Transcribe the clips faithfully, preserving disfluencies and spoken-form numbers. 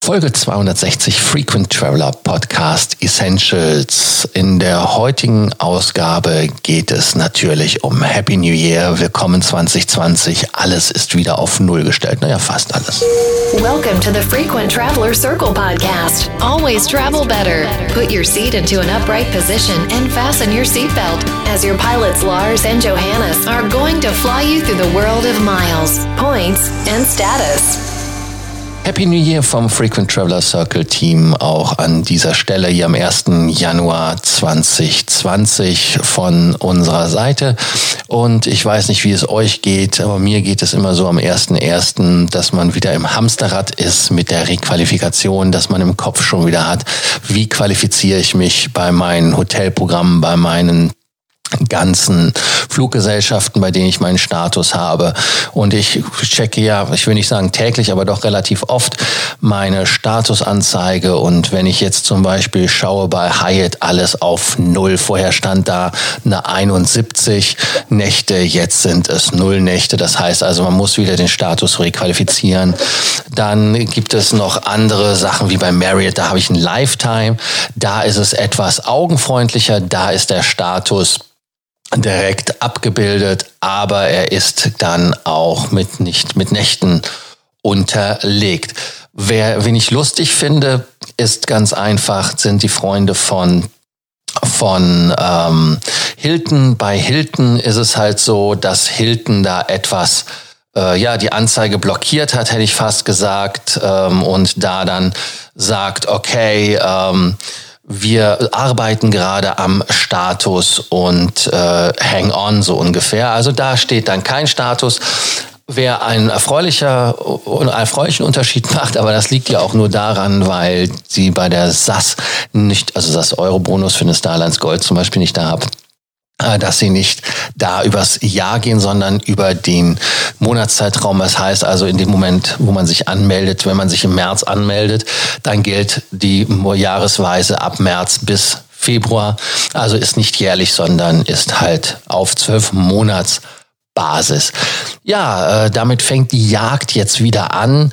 Folge zweihundertsechzig Frequent Traveler Podcast Essentials. In der heutigen Ausgabe geht es natürlich um Happy New Year. Willkommen zwanzig zwanzig. Alles ist wieder auf Null gestellt. Naja, fast alles. Welcome to the Frequent Traveler Circle Podcast. Always travel better. Put your seat into an upright position and fasten your seatbelt as your pilots Lars and Johannes are going to fly you through the world of miles, points and status. Happy New Year vom Frequent Traveler Circle Team auch an dieser Stelle hier am ersten Januar zwanzig zwanzig von unserer Seite. Und ich weiß nicht, wie es euch geht, aber mir geht es immer so am ersten ersten, dass man wieder im Hamsterrad ist mit der Requalifikation, dass man im Kopf schon wieder hat, wie qualifiziere ich mich bei meinen Hotelprogrammen, bei meinen ganzen Fluggesellschaften, bei denen ich meinen Status habe. Und ich checke ja, ich will nicht sagen täglich, aber doch relativ oft meine Statusanzeige. Und wenn ich jetzt zum Beispiel schaue bei Hyatt, alles auf Null. Vorher stand da eine einundsiebzig Nächte, jetzt sind es Null Nächte. Das heißt also, man muss wieder den Status requalifizieren. Dann gibt es noch andere Sachen wie bei Marriott, da habe ich ein Lifetime. Da ist es etwas augenfreundlicher, da ist der Status direkt abgebildet, aber er ist dann auch mit nicht mit Nächten unterlegt. Wer, wen ich lustig finde, ist ganz einfach, sind die Freunde von von ähm, Hilton. Bei Hilton ist es halt so, dass Hilton da etwas äh, ja die Anzeige blockiert hat, hätte ich fast gesagt, ähm, und da dann sagt, okay, ähm, wir arbeiten gerade am Status und äh, hang on so ungefähr. Also da steht dann kein Status. Wer einen erfreulicher, einen erfreulichen Unterschied macht, aber das liegt ja auch nur daran, weil sie bei der S A S nicht, also das Euro-Bonus für eine Starlines Gold zum Beispiel nicht da habt, dass sie nicht da übers Jahr gehen, sondern über den Monatszeitraum. Das heißt also in dem Moment, wo man sich anmeldet, wenn man sich im März anmeldet, dann gilt die Jahresweise ab März bis Februar. Also ist nicht jährlich, sondern ist halt auf zwölf Monatsbasis. Ja, äh, damit fängt die Jagd jetzt wieder an.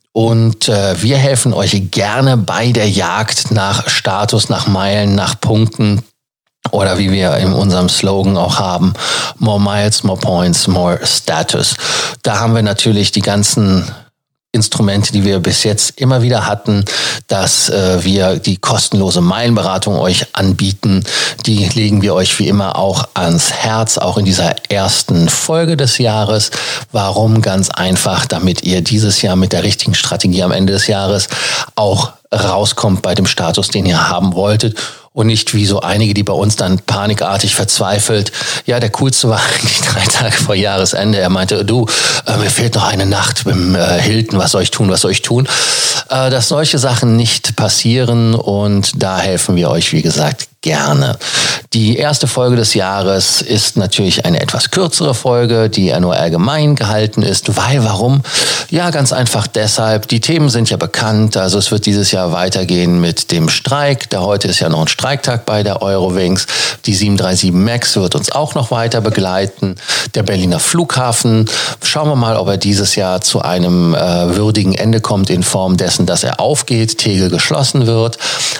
Und äh, wir helfen euch gerne bei der Jagd nach Status, nach Meilen, nach Punkten. Oder wie wir in unserem Slogan auch haben, more miles, more points, more status. Da haben wir natürlich die ganzen Instrumente, die wir bis jetzt immer wieder hatten, dass äh, wir die kostenlose Meilenberatung euch anbieten. Die legen wir euch wie immer auch ans Herz, auch in dieser ersten Folge des Jahres. Warum? Ganz einfach, damit ihr dieses Jahr mit der richtigen Strategie am Ende des Jahres auch rauskommt bei dem Status, den ihr haben wolltet. Und nicht wie so einige, die bei uns dann panikartig verzweifelt. Ja, der coolste war eigentlich drei Tage vor Jahresende. Er meinte, du, äh, mir fehlt noch eine Nacht beim äh, Hilton. Was soll ich tun, was soll ich tun? Äh, dass solche Sachen nicht passieren. Und da helfen wir euch, wie gesagt, gerne. Die erste Folge des Jahres ist natürlich eine etwas kürzere Folge, die ja nur allgemein gehalten ist. Weil, warum? Ja, ganz einfach deshalb. Die Themen sind ja bekannt. Also es wird dieses Jahr weitergehen mit dem Streik. Der heute ist ja noch ein Streiktag bei der Eurowings. Die sieben drei sieben MAX wird uns auch noch weiter begleiten. Der Berliner Flughafen. Schauen wir mal, ob er dieses Jahr zu einem äh, würdigen Ende kommt in Form dessen, dass er aufgeht, Tegel geschlossen wird.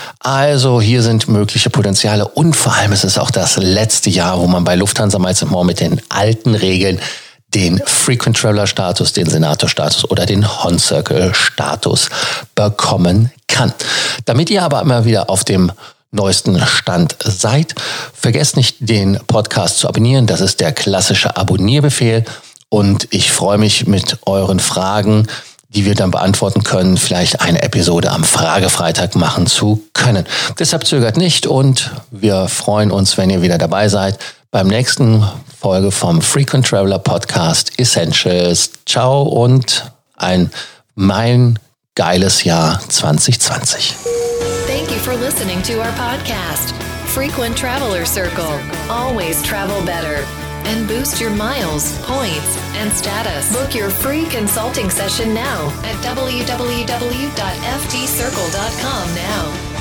Also hier sind mögliche Potenziale und vor allem ist es auch das letzte Jahr, wo man bei Lufthansa Miles and More mit den alten Regeln den Frequent Traveler Status, den Senator Status oder den Hon Circle Status bekommen kann. Damit ihr aber immer wieder auf dem neuesten Stand seid, vergesst nicht, den Podcast zu abonnieren. Das ist der klassische Abonnierbefehl und ich freue mich mit euren Fragen, die wir dann beantworten können, vielleicht eine Episode am Fragefreitag machen zu können. Deshalb zögert nicht und wir freuen uns, wenn ihr wieder dabei seid beim nächsten Folge vom Frequent Traveler Podcast Essentials. Ciao und ein meilengeiles Jahr zwanzig zwanzig. Thank you for listening to our podcast, Frequent Traveler Circle. Always travel better. And boost your miles, points, and status. Book your free consulting session now at w w w dot f t circle dot com now.